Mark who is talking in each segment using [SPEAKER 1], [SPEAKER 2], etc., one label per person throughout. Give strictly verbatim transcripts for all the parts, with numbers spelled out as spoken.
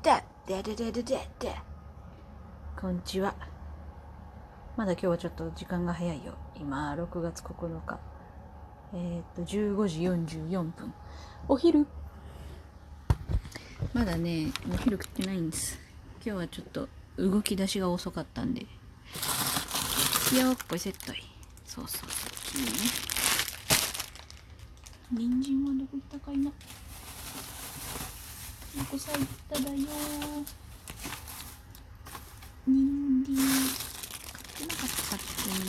[SPEAKER 1] だででででででこんにちは。まだ今日はちょっと時間が早いよ。今ろくがつここのか、えー、っとじゅうごじよんじゅうよんぷん、お昼。まだねお昼食ってないんです。今日はちょっと動き出しが遅かったんで。よっこいせっとい。そうそうそう、いいね。人参はどこ行ったかいな。どこさ行っただよ。人参買ってなかったっけ。人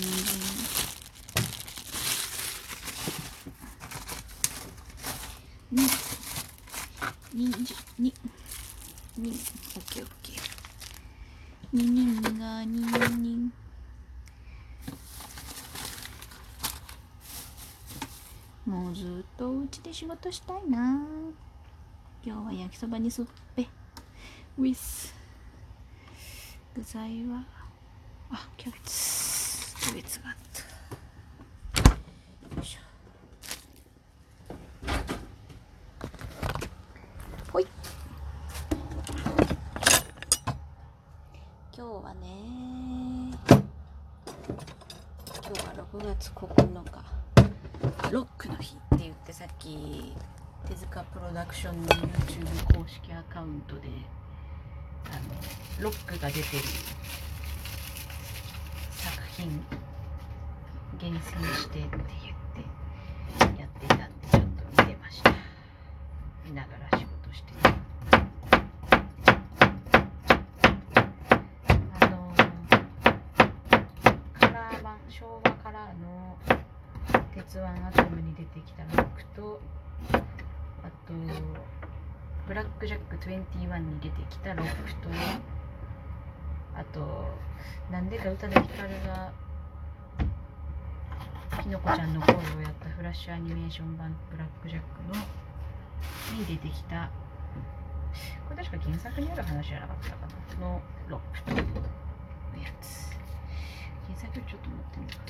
[SPEAKER 1] 参に人参ににオッケーオッケー。に人がに人。もうずっとお家で仕事したいな。今日は焼きそばにすっぺ。ウィス具材はあキャベツキャベツがあった。よいしょ。ほい。今日はね今日はろくがつここのか、ロックの日って言って、さっき手塚プロダクションの YouTube 公式アカウントであのロックが出てる作品厳選してって言ってやってたんで、ちょっと見てました。見ながら仕事してる。あのカラー版、昭和カラーの鉄腕アトムに出てきたロックと、あとブラックジャックにじゅういちに出てきたロックと、あとなんでか宇多田ヒカルがきのこちゃんの声をやったフラッシュアニメーション版ブラックジャックのに出てきた、これ確か原作にある話じゃなかったかなのロックとのやつ。原作ちょっと持ってみるかな。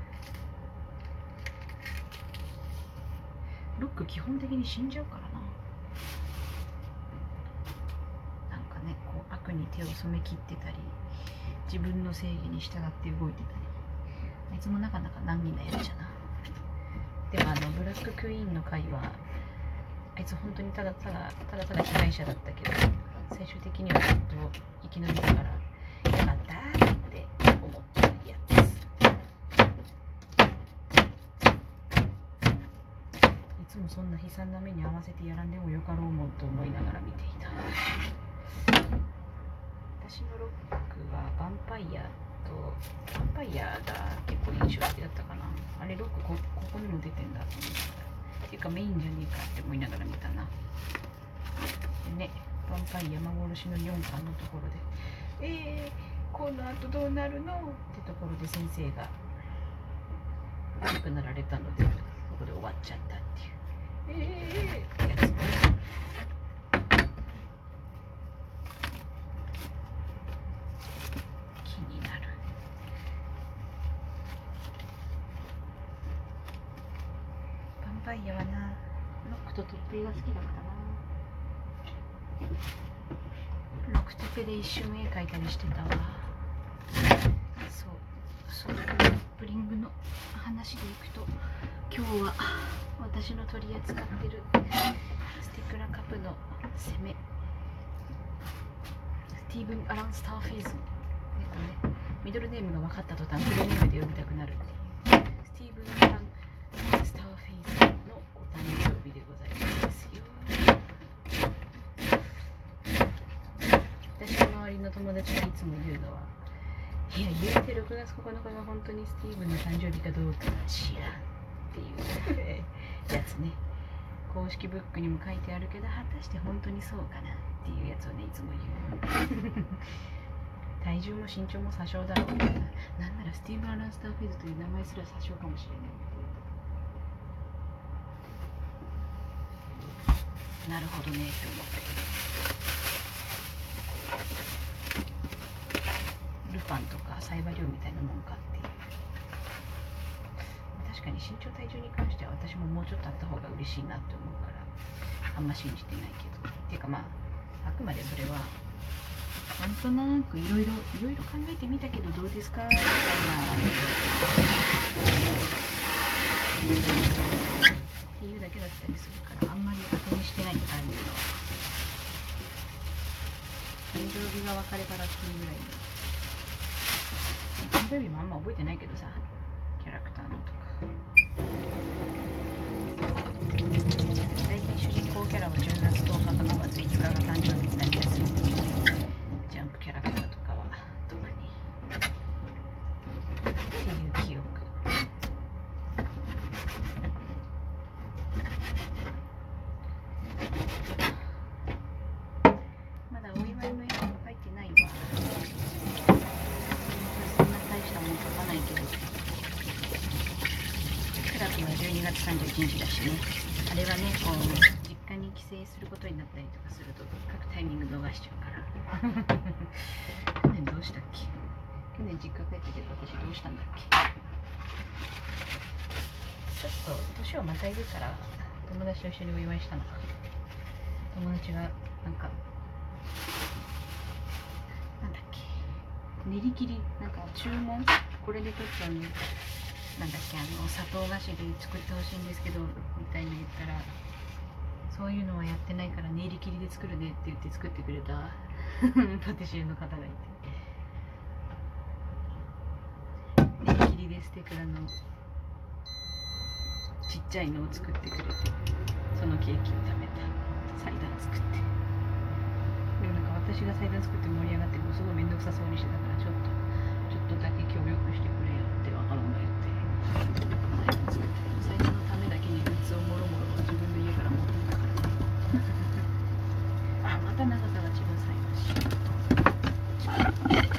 [SPEAKER 1] ロック基本的に死んじゃうからな。なんかね、こう悪に手を染めきってたり、自分の正義に従って動いてたり、あいつもなかなか難儀なやつじゃな。でもあのブラッククイーンの回はあいつ本当にただただただただ被害者だったけど、最終的にはちゃんと生き延びたからよかったって思ったやつ。いつもそんな悲惨な目に合わせてやらんでもよかろうもんと思いながら見ていた。私のロックはヴァンパイアとヴァンパイアが結構印象的だったかな。あれロック こ, ここにも出てんだと思ったっていうかメインじゃねえかって思いながら見たな。でね、ヴァンパイア幻のよんかんのところでえー、この後どうなるのってところで先生が亡くなられたので、そこで終わっちゃったっていうえーやつ。気になる。ヴァンパイアはな、ロックとトッペが好きだからな。ロックトッペで一瞬絵描いたりしてたわ。そうそういうブリングの話でいくと、今日は私の取り扱ってるスティクラカプの攻め、スティーブン・アラン・スターフェイズ、えっとね、ミドルネームが分かった途端フルネームで呼びたくなるっていうスティーブン・アラン・スターフェイズのお誕生日でございますよ。私の周りの友達がいつも言うのは、いや言うてろくがつここのかが本当にスティーブンの誕生日かどうか知らんっていうやつね。公式ブックにも書いてあるけど、果たして本当にそうかなっていうやつをね、いつも言う。体重も身長も詐称だろう。なんならスティーブン・アラン・スターフェイズという名前すら詐称かもしれない。なるほどねって思ったけど、ルパンとかサイバリョウみたいなもんかっていう。確かに身長体重に関しては私ももうちょっとあった方が嬉しいなって思うから、あんま信じてないけど。っていうかまあくまでそれはなんとなくいろいろいろいろ考えてみたけどどうですかみたいなっていうだけだったりするからあんまり当てにしてないんだ、ああいうのは。誕生日が別れたらっていうぐらいで、誕生日もあんま覚えてないけどさ、キャラクターのとか。大体主人公キャラはじゅうがつとおかかごがついつかが誕生日になりやすい。ジャンプキャラクターとかは特にっていう記憶。まだお祝いの絵とか描いてないわ。そんな大したもの描かないけど、クラブはじゅうにがつさんじゅういちにちだしね。あれはね、こう実家に帰省することになったりとかすると各タイミング逃しちゃうから去年どうしたっけ。去年実家帰ったけど私どうしたんだっけ。ちょっと年をまたいでから友達と一緒にお祝いしたのか。友達がなんかなんだっけ、練り切りなんか注文これでちょっとね、なんだっけ、あの砂糖菓子で作ってほしいんですけどみたいに言ったら、そういうのはやってないから練り切りで作るねって言って作ってくれたパティシエの方がいて、練り切りでステクラのちっちゃいのを作ってくれて、そのケーキを食べた。祭壇作って、でもなんか私が祭壇作って盛り上がってもすごい面倒くさそうにしてたから、ちょっとちょっとだけ協力してくれよって若者が言って祭壇作って、祭壇のためだけにグッズをもろもろ自分の家から持ってったからねあ、また長さが違う祭壇し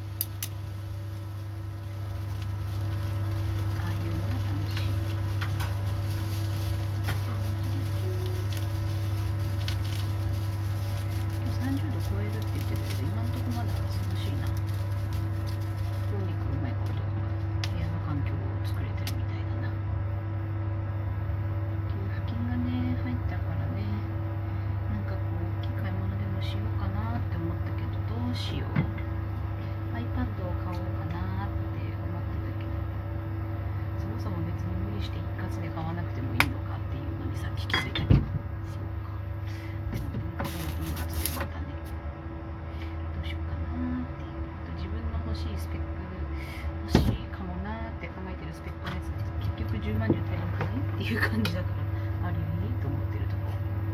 [SPEAKER 1] じゅうまんじゅう足りなくないっていう感じだから、ありありと思ってるところ。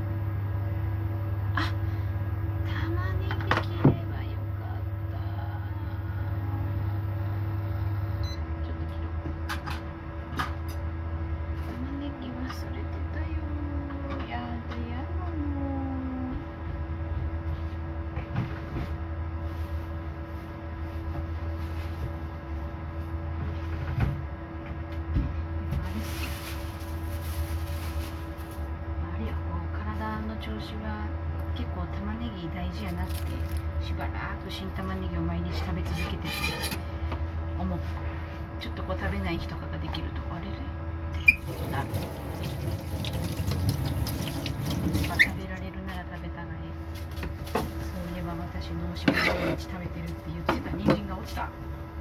[SPEAKER 1] あ、玉ねぎ切ればよかった。ちょっと切ろう。玉ねぎ忘れてたよ。やだやだもう。調子は結構玉ねぎ大事やなってしばらく新玉ねぎを毎日食べ続けてて思った。ちょっとこう食べない日とかができるとあれれってなる。まあ、食べられるなら食べたがいい。そういえば私のおしぼり毎日食べてるって言ってた人参が落ちた。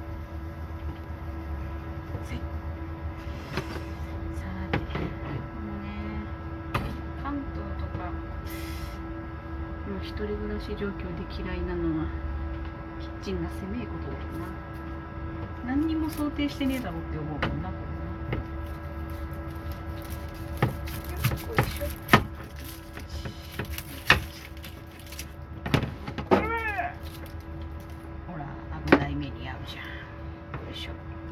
[SPEAKER 1] せいさて、もうね、関東とかもう一人暮らし状況で嫌いなのはキッチンが狭いことだよな。何にも想定してねえだろって思うもんな、これな。よいしょ。ほら、危ない目に遭うじゃん。よいしょ。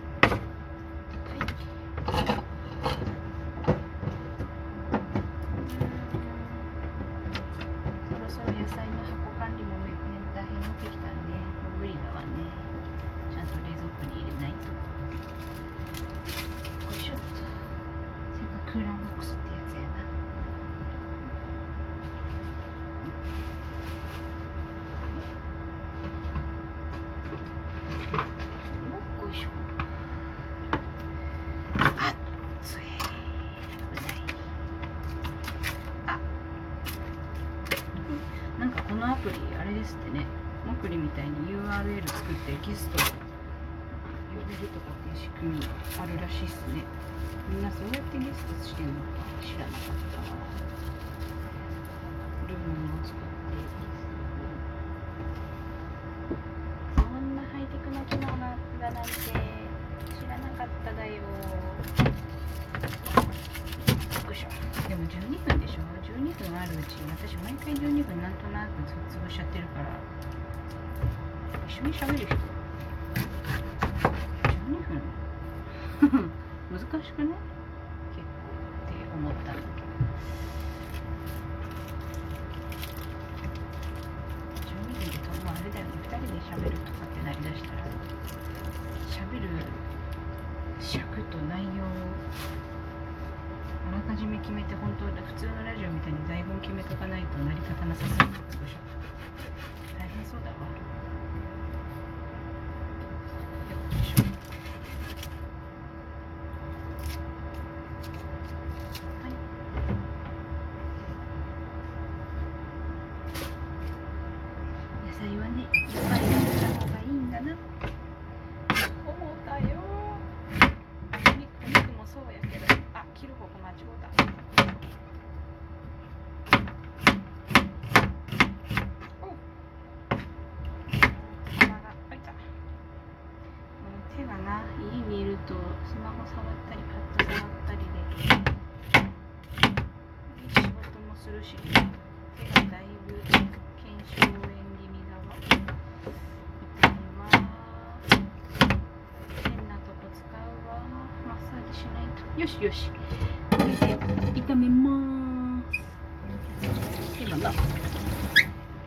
[SPEAKER 1] クーラーボックスってやつやな。よいしょ。あっつい。危ない。あ、なんかこのアプリあれですってね、モクリみたいに ユーアールエル 作ってゲストを呼べるとかっていう仕組みあるらしいっすね。みんなそうやってゲストしてんのか知らなかったわ。ルームを作ってそんなハイテクな機能がなんて知らなかっただよ。よいしょ。でもじゅうにふんでしょ。じゅうにふんあるうちに私毎回じゅうにふんなんとなくつ潰しちゃってるから、一緒に喋る人じゅうにふん難しくね結構って思ったんだけど、じゅうにふんでともあれだよね、ふたりで喋るとかってなりだしたら喋る尺と内容をあらかじめ決めて、本当普通のラジオみたいに台本決めとかないと成り立たなさそう。大変そうだわ。よいしょ。はい。野菜はね、いっぱい食べた方がいいんだな。そうだよ。お肉、お肉もそうやけど、あ、切る方向間違うた。手がな、家にいるとスマホ触ったりパッド触ったりで仕事もするし、手がだいぶ腱鞘炎気味だわ。痛いわ。変なとこ使うわ。マッサージしないと。よしよし、これで炒めまーす。今だ。